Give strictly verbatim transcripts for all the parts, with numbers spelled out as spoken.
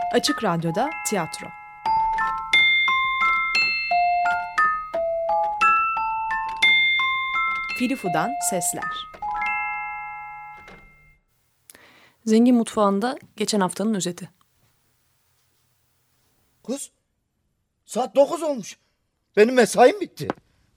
Açık Radyo'da tiyatro. Filifu'dan sesler. Zengin Mutfağı'nda geçen haftanın özeti. Kız, saat dokuz olmuş. Benim mesaim bitti.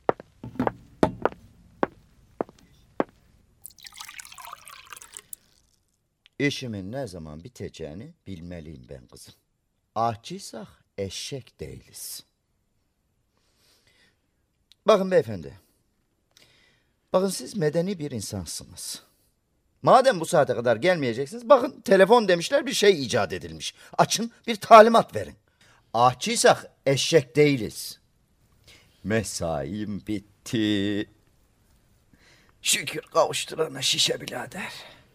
İşimin ne zaman biteceğini bilmeliyim ben kızım. Ahçıysak eşek değiliz. Bakın beyefendi. Bakın siz medeni bir insansınız. Madem bu saate kadar gelmeyeceksiniz, bakın telefon demişler, bir şey icat edilmiş. Açın, bir talimat verin. Ahçıysak eşek değiliz. Mesaim bitti. Şükür kavuşturana şişe birader.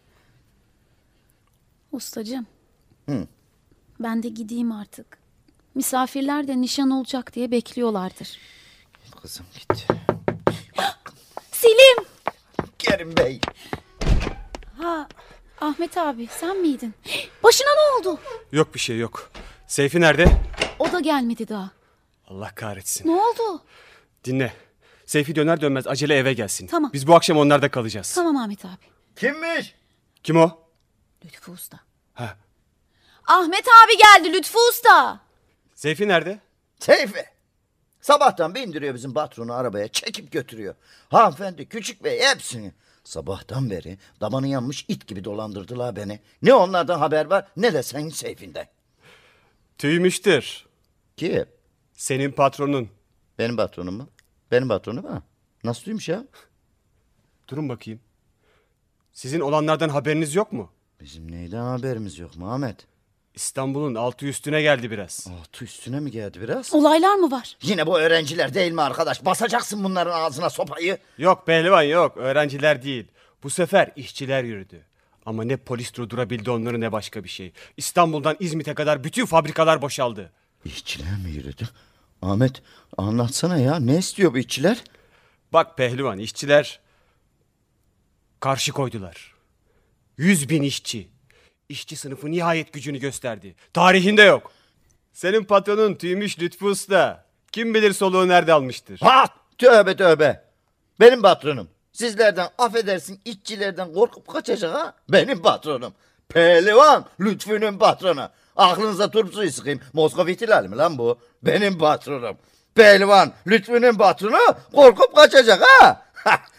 Ustacığım. Hı. Ben de gideyim artık. Misafirler de nişan olacak diye bekliyorlardır. Kızım git. Selim! Kerim Bey. Ha, Ahmet abi sen miydin? Başına ne oldu? Yok bir şey yok. Seyfi nerede? O da gelmedi daha. Allah kahretsin. Ne oldu? Dinle. Seyfi döner dönmez acele eve gelsin. Tamam. Biz bu akşam onlarda kalacağız. Tamam Ahmet abi. Kimmiş? Kim o? Lütfü Usta. Ha. Ahmet abi geldi Lütfü Usta. Seyfi nerede? Seyfi. Sabahtan bindiriyor bizim patronu arabaya, çekip götürüyor. Hanımefendi, küçük bey, hepsini. Sabahtan beri damanı yanmış it gibi dolandırdılar beni. Ne onlardan haber var, ne de senin Seyfi'nden. Tüymüştür. Ki Senin patronun. benim patronum mu? Benim patronum ha? Nasıl duymuş ya? Durun bakayım. Sizin olanlardan haberiniz yok mu? Bizim neyden haberimiz yok mu Ahmet? İstanbul'un altı üstüne geldi biraz. Altı üstüne mi geldi biraz? Olaylar mı var? Yine bu öğrenciler değil mi arkadaş? Basacaksın bunların ağzına sopayı. Yok pehlivan yok. Öğrenciler değil. Bu sefer işçiler yürüdü. Ama ne polis durdurabildi onları ne başka bir şey. İstanbul'dan İzmit'e kadar bütün fabrikalar boşaldı. İşçiler mi yürüdü? Ahmet anlatsana ya, ne istiyor bu işçiler? Bak pehlivan, işçiler karşı koydular. Yüz bin işçi. İşçi sınıfı nihayet gücünü gösterdi. Tarihinde yok. Senin patronun tüymüş Lütfü Usta. Kim bilir soluğu nerede almıştır. Ha, tövbe tövbe. Benim patronum. Sizlerden, affedersin, işçilerden korkup kaçacak ha. Benim patronum. Pehlivan Lütfü'nün patronu. Aklınıza turp suyu sıkayım. Moskova ihtilali mi lan bu? Benim patronum. Pehlivan Lütfü'nün patronu korkup kaçacak ha.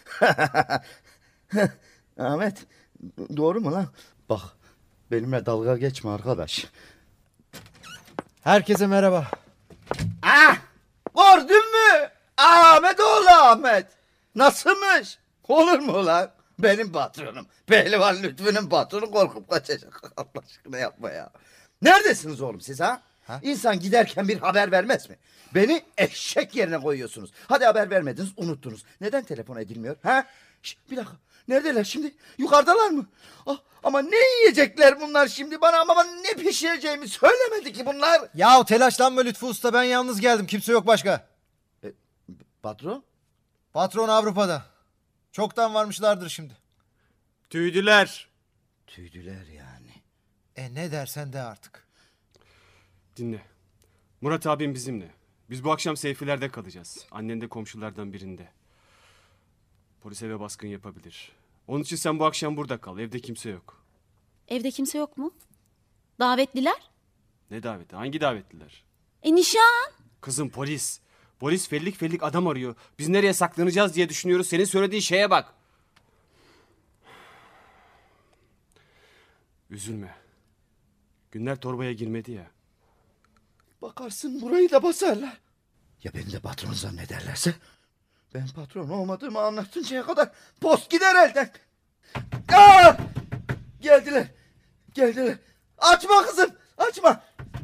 Ahmet, doğru mu lan? Bak, benimle dalga geçme arkadaş. Herkese merhaba. Ah! Gördün mü? Ahmet oğlu Ahmet. Nasılmış? Olur mu lan? Benim patronum. Pehlivan Lütfü'nün patronu korkup kaçacak. Allah aşkına yapma ya. Neredesiniz oğlum siz ha? ha? İnsan giderken bir haber vermez mi? Beni eşek yerine koyuyorsunuz. Hadi haber vermediniz, unuttunuz. Neden telefon edilmiyor ha? Şş, bir dakika. Neredeler şimdi? Yukarıdalar mı? Ah, ama ne yiyecekler bunlar şimdi bana, ama bana ne pişireceğimi söylemedi ki bunlar. Yahu telaşlanma Lütfü Usta, ben yalnız geldim, kimse yok başka. E, patron? Patron Avrupa'da. Çoktan varmışlardır şimdi. Tüydüler. Tüydüler yani. E ne dersen de artık. Dinle. Murat abim bizimle. Biz bu akşam Seyfiler'de kalacağız. Annen de komşulardan birinde. Polis eve baskın yapabilir. Onun için sen bu akşam burada kal. Evde kimse yok. Evde kimse yok mu? Davetliler? Ne daveti? Hangi davetliler? E nişan. Kızım polis. Polis fellik fellik adam arıyor. Biz nereye saklanacağız diye düşünüyoruz. Senin söylediğin şeye bak. Üzülme. Günler torbaya girmedi ya. Bakarsın burayı da basarlar. Ya beni de patron zannederlerse? Ben patron olmadığımı anlatıncaya kadar post gider elden. Aa! Geldiler. Geldiler. Açma kızım. Açma.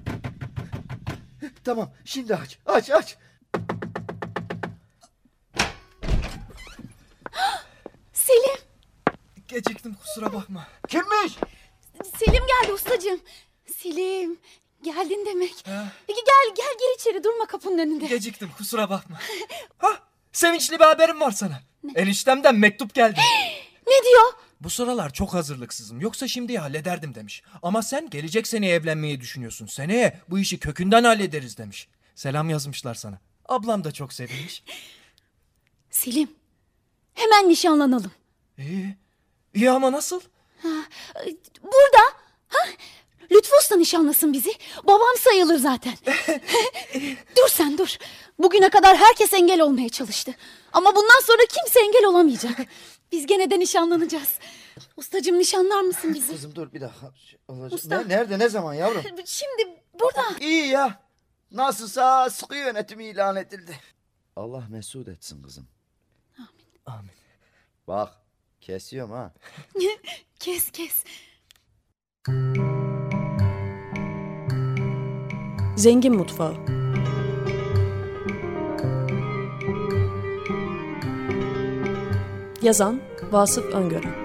Tamam, şimdi aç. Aç aç. Selim. Geciktim, kusura bakma. Kimmiş? Selim geldi ustacığım. Selim. Geldin demek. Ha? Peki gel gel gir içeri, durma kapının önünde. Geciktim, kusura bakma. Hah, sevinçli bir haberim var sana. Ne? Eniştemden mektup geldi. Ne diyor? Bu sıralar çok hazırlıksızım. Yoksa şimdiye hallederdim demiş. Ama sen gelecek seneye evlenmeyi düşünüyorsun. Seneye bu işi kökünden hallederiz demiş. Selam yazmışlar sana. Ablam da çok sevinmiş. Selim, hemen nişanlanalım. İyi. İyi ama nasıl? Burada. Ha? Lütfü Usta nişanlasın bizi. Babam sayılır zaten. Dur sen dur. Bugüne kadar herkes engel olmaya çalıştı. Ama bundan sonra kimse engel olamayacak. Biz gene de nişanlanacağız. Ustacığım, nişanlar mısın bizi? Kızım dur bir dakika. Olacak. Usta. Ne, nerede ne zaman yavrum? Şimdi burada. İyi ya. Nasılsa sıkı yönetim ilan edildi. Allah mesut etsin kızım. Amin. Bak kesiyorum ha. Kes kes. Zengin Mutfağı. Yazan Vasıf Öngören.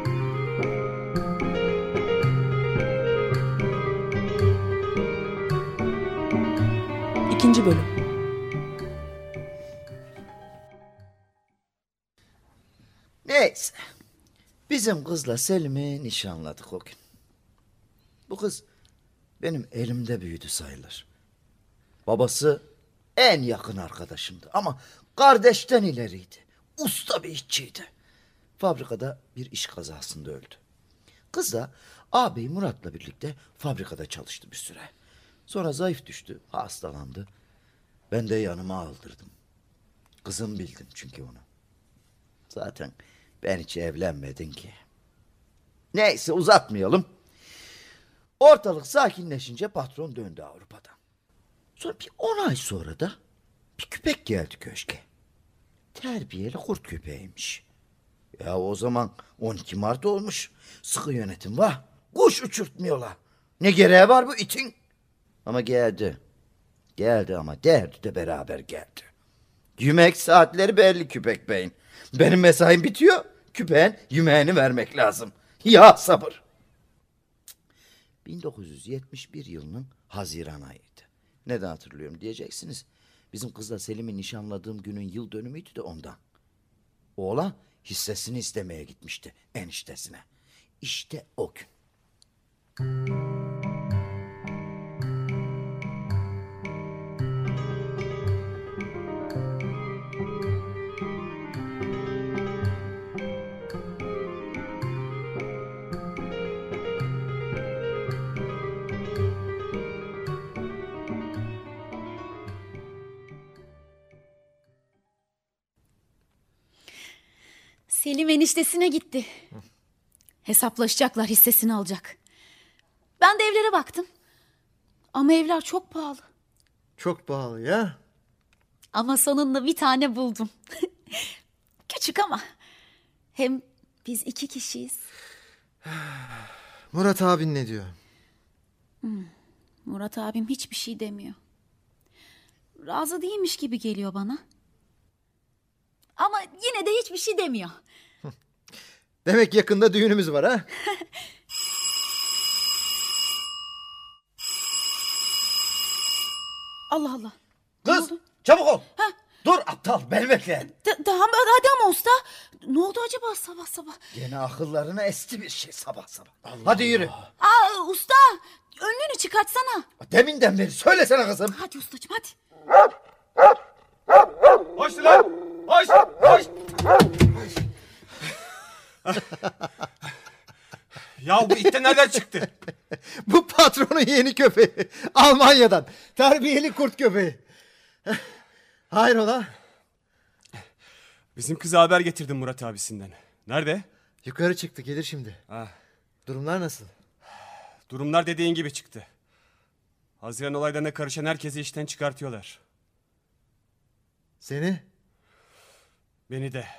İkinci bölüm. Neyse. Bizim kızla Selim'i nişanladık o gün. Bu kız benim elimde büyüdü sayılır. Babası en yakın arkadaşımdı ama kardeşten ileriydi. Usta bir işçiydi. Fabrikada bir iş kazasında öldü. Kız da ağabey Murat'la birlikte fabrikada çalıştı bir süre. Sonra zayıf düştü, hastalandı. Ben de yanıma aldırdım. Kızım bildim çünkü onu. Zaten ben hiç evlenmedin ki. Neyse uzatmayalım. Ortalık sakinleşince patron döndü Avrupa'dan. Sonra bir on ay sonra da bir köpek geldi köşke. Terbiyeli kurt köpeğiymiş. Ya o zaman on iki Mart olmuş. Sıkı yönetim var. Kuş uçurtmuyorlar. Ne gereği var bu itin? Ama geldi. Geldi ama derdi de beraber geldi. Yemek saatleri belli köpek beyin. Benim mesaim bitiyor. Köpeğin yemeğini vermek lazım. Ya sabır. bin dokuz yüz yetmiş bir yılının Haziran ayıydı. Neden hatırlıyorum diyeceksiniz. Bizim kızla Selim'i nişanladığım günün yıl dönümüydü de ondan. Oğlan hissesini istemeye gitmişti eniştesine. İşte o gün. Selim eniştesine gitti. Hesaplaşacaklar, hissesini alacak. Ben de evlere baktım. Ama evler çok pahalı. Çok pahalı ya. Ama sonunda bir tane buldum. Küçük ama. Hem biz iki kişiyiz. Murat abin ne diyor? Murat abim hiçbir şey demiyor. Razı değilmiş gibi geliyor bana. Ama yine de hiçbir şey demiyor. Demek yakında düğünümüz var ha? Allah Allah. Kız Ne oldu? çabuk ol. Ha. Dur aptal beni bekle. Ta- Tamam hadi ama usta. Ne oldu acaba sabah sabah? Gene akıllarına esti bir şey sabah sabah. Hadi yürü. Aa usta, önlüğünü çıkartsana. Deminden beri söylesene kızım. Hadi ustacığım hadi. Hoş lan! Hoş! Hoş! Ya bu itten nereden çıktı? Bu patronun yeni köpeği. Almanya'dan. Terbiyeli kurt köpeği. Hayrola? Bizim kıza haber getirdim Murat abisinden. Nerede? Yukarı çıktı, gelir şimdi. Ha, Durumlar nasıl? durumlar dediğin gibi çıktı. Haziran olaylarına karışan herkesi işten çıkartıyorlar. Seni? Beni de.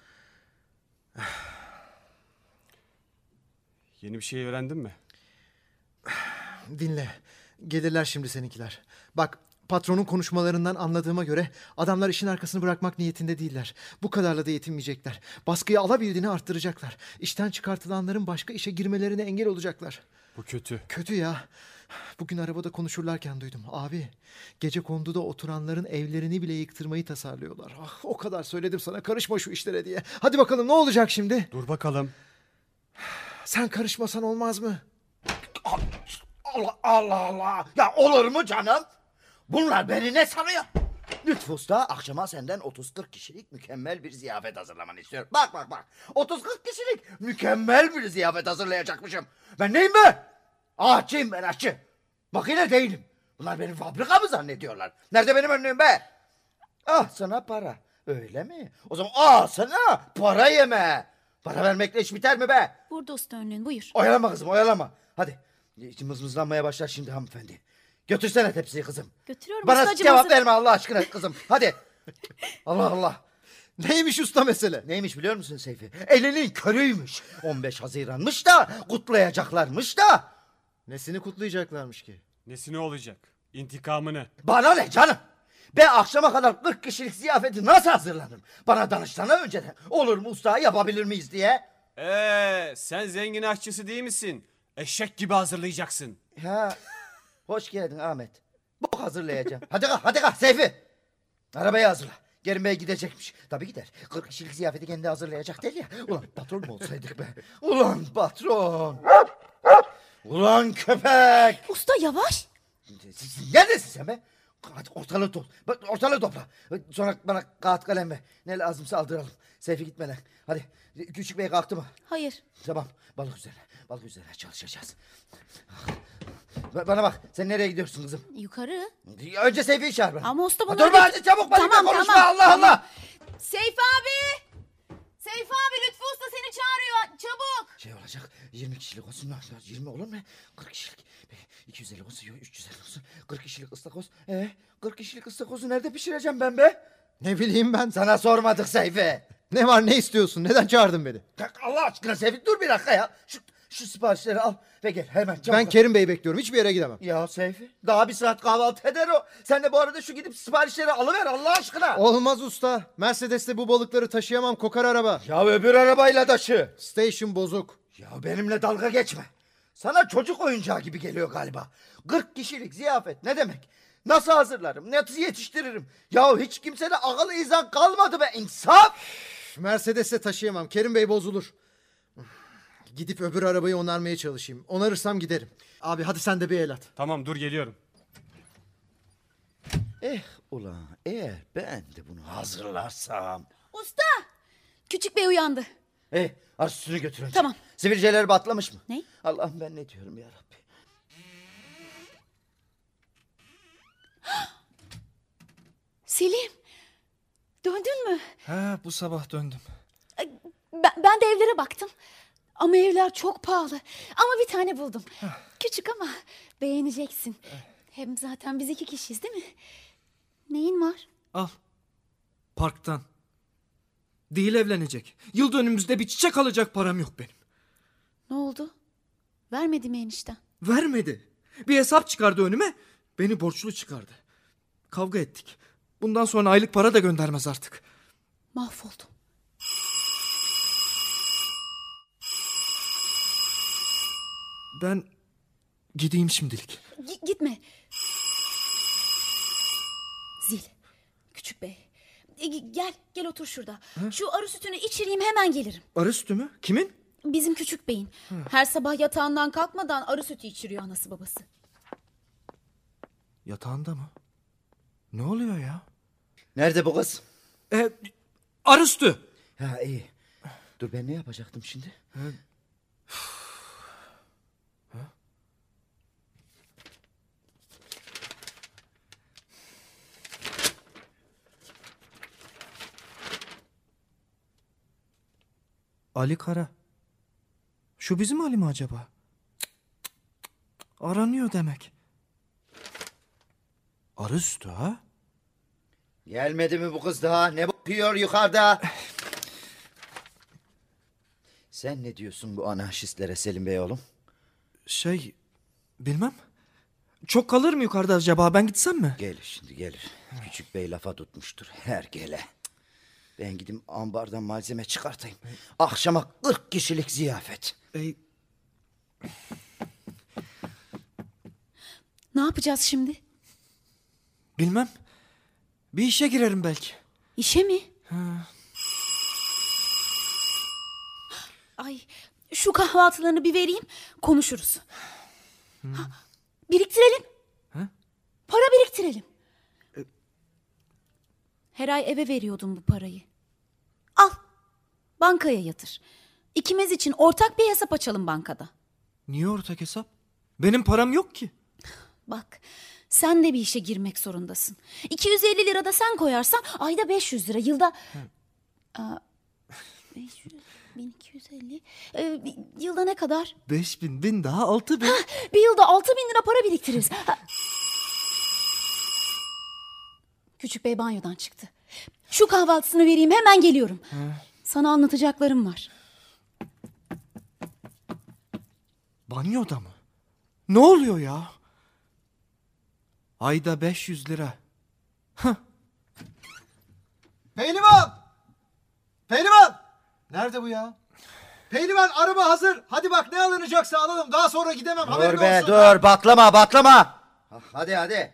Yeni bir şey öğrendin mi? Dinle. Gelirler şimdi seninkiler. Bak, patronun konuşmalarından anladığıma göre adamlar işin arkasını bırakmak niyetinde değiller. Bu kadarla da yetinmeyecekler. Baskıyı alabildiğini arttıracaklar. İşten çıkartılanların başka işe girmelerine engel olacaklar. Bu kötü. Kötü ya. Bugün arabada konuşurlarken duydum. Abi, gece konduda oturanların evlerini bile yıktırmayı tasarlıyorlar. Ah, o kadar söyledim sana, karışma şu işlere diye. Hadi bakalım ne olacak şimdi? Dur bakalım. Sen karışmasan olmaz mı? Allah Allah Allah. Ya olur mu canım? Bunlar beni ne sanıyor? Lütfü Usta akşama senden otuz kırk kişilik mükemmel bir ziyafet hazırlamanı istiyorum. Bak bak bak. otuz kırk kişilik mükemmel bir ziyafet hazırlayacakmışım. Ben neyim be? Aşçıyım ben aşçı. Makine değilim. Bunlar benim fabrika mı zannediyorlar? Nerede benim önlüğüm be? Ah sana para. Öyle mi? O zaman ah sana para yeme. Para vermekle iş biter mi be? Burada usta önlüğün, buyur. Oyalama kızım oyalama. Hadi. Mızmızlanmaya başlar şimdi hanımefendi. Götürsene tepsiyi kızım. Götürüyorum Bana ustacığım, cevap hazır. verme Allah aşkına kızım. Hadi. Allah Allah. Neymiş usta mesele? Neymiş biliyor musun Seyfi? Elinin körüymüş. on beş Haziran'mış da kutlayacaklarmış da. Nesini kutlayacaklarmış ki? Nesine olacak? İntikamını. Bana ne canım? Ben akşama kadar kırk kişilik ziyafeti nasıl hazırlanırım? Bana danışsana önceden. Olur mu usta yapabilir miyiz diye. Eee sen zengin aşçısı değil misin? Eşek gibi hazırlayacaksın. Ha, hoş geldin Ahmet. Bok hazırlayacağım. Hadi kalk hadi kalk Seyfi. Arabayı hazırla. Kerim Bey gidecekmiş. Tabii gider. kırk kişilik ziyafeti kendi hazırlayacak değil ya. Ulan patron mu olsaydık be? Ulan patron. Ulan köpek. Usta yavaş. Neredesin sen be? Hadi ortalığı topla. Bak, ortalığı topla. Sonra bana kağıt kalem ver. Ne lazımsa aldıralım. Seyfi gitmeden. Hadi. Küçük Bey kalktı mı? Hayır. Tamam. Balık üzerine. Balık üzerine çalışacağız. Ba- Bana bak. Sen nereye gidiyorsun kızım? Yukarı. Önce Seyfi'yi çağır bana. Ama usta Ha, bunlar... Dur be hadi çabuk benimle Tamam, konuşma tamam, Allah tamam. Allah. Seyfi abi. Seyfi abi Lütfü usta seni çağırıyor. Çabuk. Şey olacak. yirmi kişilik olsun. yirmi olur mu? kırk kişilik. iki yüz elli olsun. üç yüz elli olsun. kırk kişilik ıstakoz. Ee, kırk kişilik ıstakozu nerede pişireceğim ben be? Ne bileyim ben. Sana sormadık Seyfi. Ne var ne istiyorsun? Neden çağırdın beni? Allah aşkına Seyfi dur bir dakika ya. Şu, şu siparişleri al ve gel hemen çabuk. Ben Kerim Bey'i bekliyorum. Hiçbir yere gidemem. Ya Seyfi daha bir saat kahvaltı eder o. Sen de bu arada şu gidip siparişleri alıver Allah aşkına. Olmaz usta. Mercedes'te bu balıkları taşıyamam. Kokar araba. Ya öbür arabayla taşı. Station bozuk. Ya benimle dalga geçme. Sana çocuk oyuncağı gibi geliyor galiba. kırk kişilik ziyafet ne demek? Nasıl hazırlarım? Nasıl yetiştiririm? Ya hiç kimsede akıl izan kalmadı be insaf. Mercedes'te taşıyamam. Kerim Bey bozulur. Gidip öbür arabayı onarmaya çalışayım. Onarırsam giderim. Abi hadi sen de bir el at. Tamam dur geliyorum. Eh ulan eğer ben de bunu hazırlarsam. Usta. Küçük bey uyandı. Eh az üstünü götür önce. Tamam. Sivilceleri batlamış mı? Ne? Allah'ım ben ne diyorum ya Rabbi. Selim. Döndün mü? Ha, bu sabah döndüm. Ben, ben de evlere baktım. Ama evler çok pahalı. Ama bir tane buldum. Küçük ama beğeneceksin. Hem zaten biz iki kişiyiz değil mi? Neyin var? Al. Parktan. Değil evlenecek. Yıl dönümümüzde bir çiçek alacak param yok benim. Ne oldu? Vermedi mi enişten? Vermedi. Bir hesap çıkardı önüme. Beni borçlu çıkardı. Kavga ettik. Bundan sonra aylık para da göndermez artık. Mahvoldum. Ben gideyim şimdilik. G- gitme. Zil. Küçük bey. E, gel gel otur şurada. Şu arı sütünü içireyim hemen gelirim. Arı sütü mü? Kimin? Bizim küçük beyin. Her sabah yatağından kalkmadan arı sütü içiriyor anası babası. Yatağında mı? Ne oluyor ya? Nerede bu kız? E, arı sütü. Ha iyi. Dur ben ne yapacaktım şimdi? Ali Kara. Şu bizim Ali mi acaba? Cık, cık, cık. Aranıyor demek. Arı sütü ha? Gelmedi mi bu kız daha? Ne bakıyor yukarıda? Sen ne diyorsun bu anarşistlere Selim Bey oğlum? Şey, bilmem. Çok kalır mı yukarıda acaba? Ben gitsem mi? Gelir şimdi gelir. Küçük bey lafa tutmuştur. Her gele. Ben gidip ambardan malzeme çıkartayım. Akşama kırk kişilik ziyafet. E, Ne yapacağız şimdi? bilmem. Bir işe girerim belki. İşe mi? Ay Şu kahvaltılarını bir vereyim, konuşuruz. Ha, biriktirelim. Para biriktirelim. Her ay eve veriyordum bu parayı. Al, bankaya yatır. İkimiz için ortak bir hesap açalım bankada. Niye ortak hesap? Benim param yok ki. Bak, sen de bir işe girmek zorundasın. iki yüz elli lira da sen koyarsan ayda beş yüz lira, yılda... Aa, beş yüz, bin iki yüz elli... Ee, yılda ne kadar? Beş bin, bin daha altı bin. Ha, bir yılda altı bin lira para biriktiririz. Ha. Küçük bey banyodan çıktı. Şu kahvaltısını vereyim, hemen geliyorum. Ha. Sana anlatacaklarım var. Banyoda mı? Ne oluyor ya? Ayda beş yüz lira. Hah. Pehlivan! Pehlivan! Nerede bu ya? Pehlivan, araba hazır. Hadi bak, ne alınacaksa alalım. Daha sonra gidemem. Haberin Dur be olsun. dur, batlama batlama. Hadi hadi.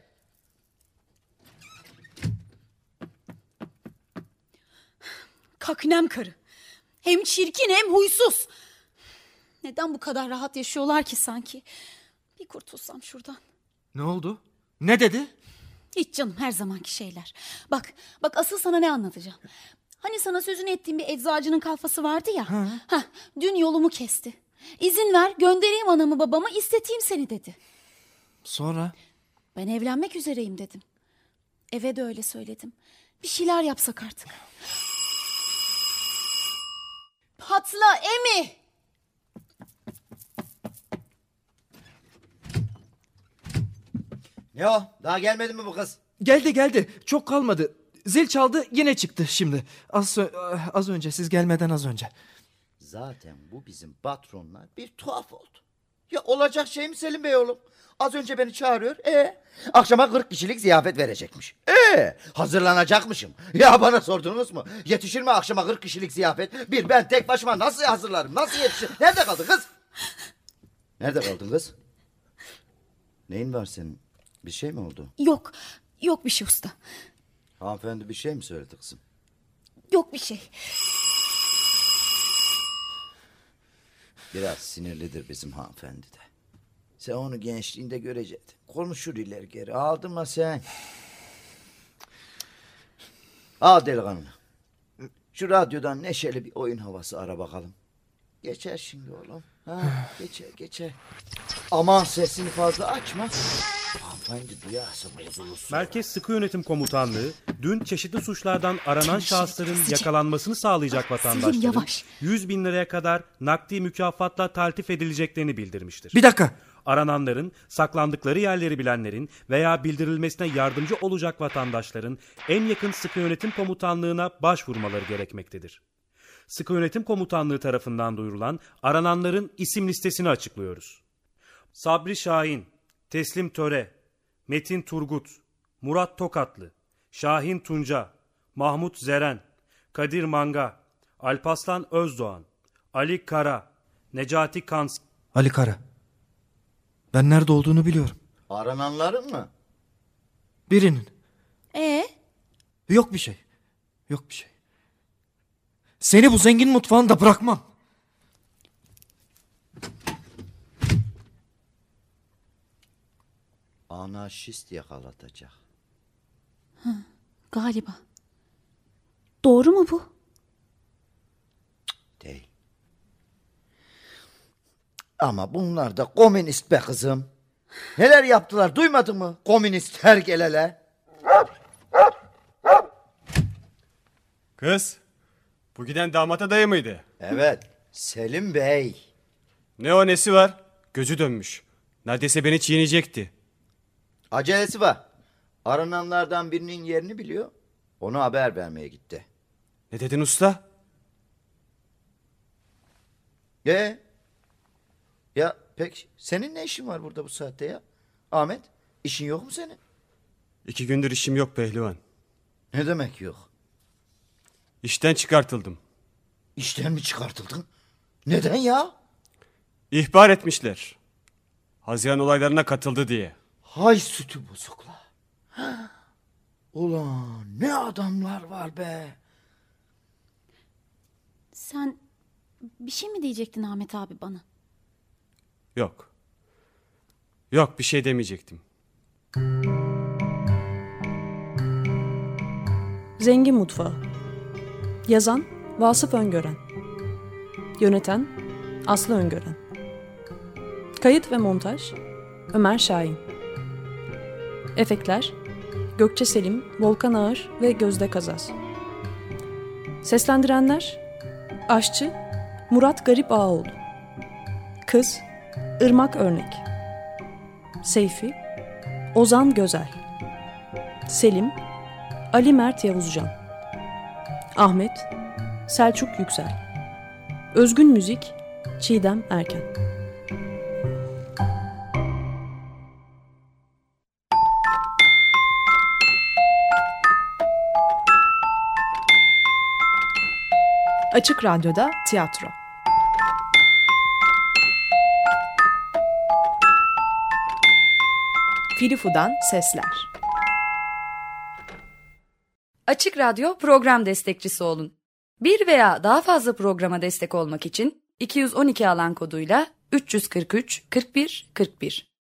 Kaknem karı. Hem çirkin hem huysuz. Neden bu kadar rahat yaşıyorlar ki sanki? Bir kurtulsam şuradan. Ne oldu? Ne dedi? Hiç canım, her zamanki şeyler. Bak, bak asıl sana ne anlatacağım. Hani sana sözünü ettiğim bir eczacının kalfası vardı ya. Ha. Heh, dün yolumu kesti. İzin ver, göndereyim anamı babamı, isteteyim seni dedi. Sonra? Ben evlenmek üzereyim dedim. Eve de öyle söyledim. Bir şeyler yapsak artık. Patla Emi. Ne o? Daha gelmedi mi bu kız? Geldi geldi. Çok kalmadı. Zil çaldı, yine çıktı şimdi. Az, az önce, siz gelmeden az önce. Zaten bu bizim patronlar bir tuhaf oldu. Ya olacak şey mi Selim Bey oğlum? Az önce beni çağırıyor. E akşama kırk kişilik ziyafet verecekmiş. E hazırlanacakmışım. Ya bana sordunuz mu? Yetişir mi akşama kırk kişilik ziyafet? Bir ben tek başıma nasıl hazırlarım? Nasıl yetişir? Nerede kaldı kız? Nerede kaldın kız? Neyin var senin? Bir şey mi oldu? Yok, yok bir şey usta. Hanımefendi bir şey mi söyledi kızım? Yok bir şey. Biraz sinirlidir bizim hanımefendi de. Sen onu gençliğinde görecektin. Konuşur ileri geri. Aldırma sen. Al delikanlı. Şu radyodan neşeli bir oyun havası ara bakalım. Geçer şimdi oğlum. Ha, geçer geçer. Aman sesini fazla açma. Hanımefendi duyarsa bozulur. Merkez Sıkı Yönetim Komutanlığı dün çeşitli suçlardan aranan şahısların yakalanmasını sağlayacak vatandaşların yavaş. yüz bin liraya kadar nakdi mükafatla taltif edileceklerini bildirmiştir. Bir dakika. Arananların, saklandıkları yerleri bilenlerin veya bildirilmesine yardımcı olacak vatandaşların en yakın Sıkı Yönetim Komutanlığı'na başvurmaları gerekmektedir. Sıkı Yönetim Komutanlığı tarafından duyurulan arananların isim listesini açıklıyoruz. Sabri Şahin, Teslim Töre, Metin Turgut, Murat Tokatlı, Şahin Tunca, Mahmut Zeren, Kadir Manga, Alpaslan Özdoğan, Ali Kara, Necati Kans. Ali Kara. Ben nerede olduğunu biliyorum. Arananların mı? Birinin. Ee? Yok bir şey. Yok bir şey. Seni bu zengin mutfağında bırakmam. Anarşist yakalatacak. Ha, galiba. Doğru mu bu? Değil. Ama bunlar da komünist be kızım. Neler yaptılar duymadın mı? Komünist hergeleler. Kız, bu giden damat adayı mıydı? Evet, Selim Bey. Ne o nesi var? Gözü dönmüş. Neredeyse beni çiğneyecekti. Acelesi var. Arananlardan birinin yerini biliyor. Onu haber vermeye gitti. Ne dedin usta? Ee? Ya pek senin ne işin var burada bu saatte ya? Ahmet, işin yok mu senin? İki gündür işim yok pehlivan. Ne demek yok? İşten çıkartıldım. İşten mi çıkartıldın? Neden ya? İhbar etmişler. Haziran olaylarına katıldı diye. Hay sütü bozuklar. Ulan ne adamlar var be. Sen Bir şey mi diyecektin Ahmet abi bana? Yok. Yok, bir şey demeyecektim. Zengin Mutfağı. Yazan Vasıf Öngören. Yöneten Aslı Öngören. Kayıt ve montaj Ömer Şahin. Efektler Gökçe Selim, Volkan Ağır ve Gözde Kazaz. Seslendirenler: Aşçı Murat Garip Ağaoğlu, Kız Irmak Örnek, Seyfi Ozan Gözel, Selim Ali Mert Yavuzcan, Ahmet Selçuk Yüksel, Özgün Müzik Çiğdem Erken. Açık Radyo'da tiyatro. Filifu'dan sesler. Açık Radyo program destekçisi olun. Bir veya daha fazla programa destek olmak için iki yüz on iki alan koduyla üç yüz kırk üç kırk bir kırk bir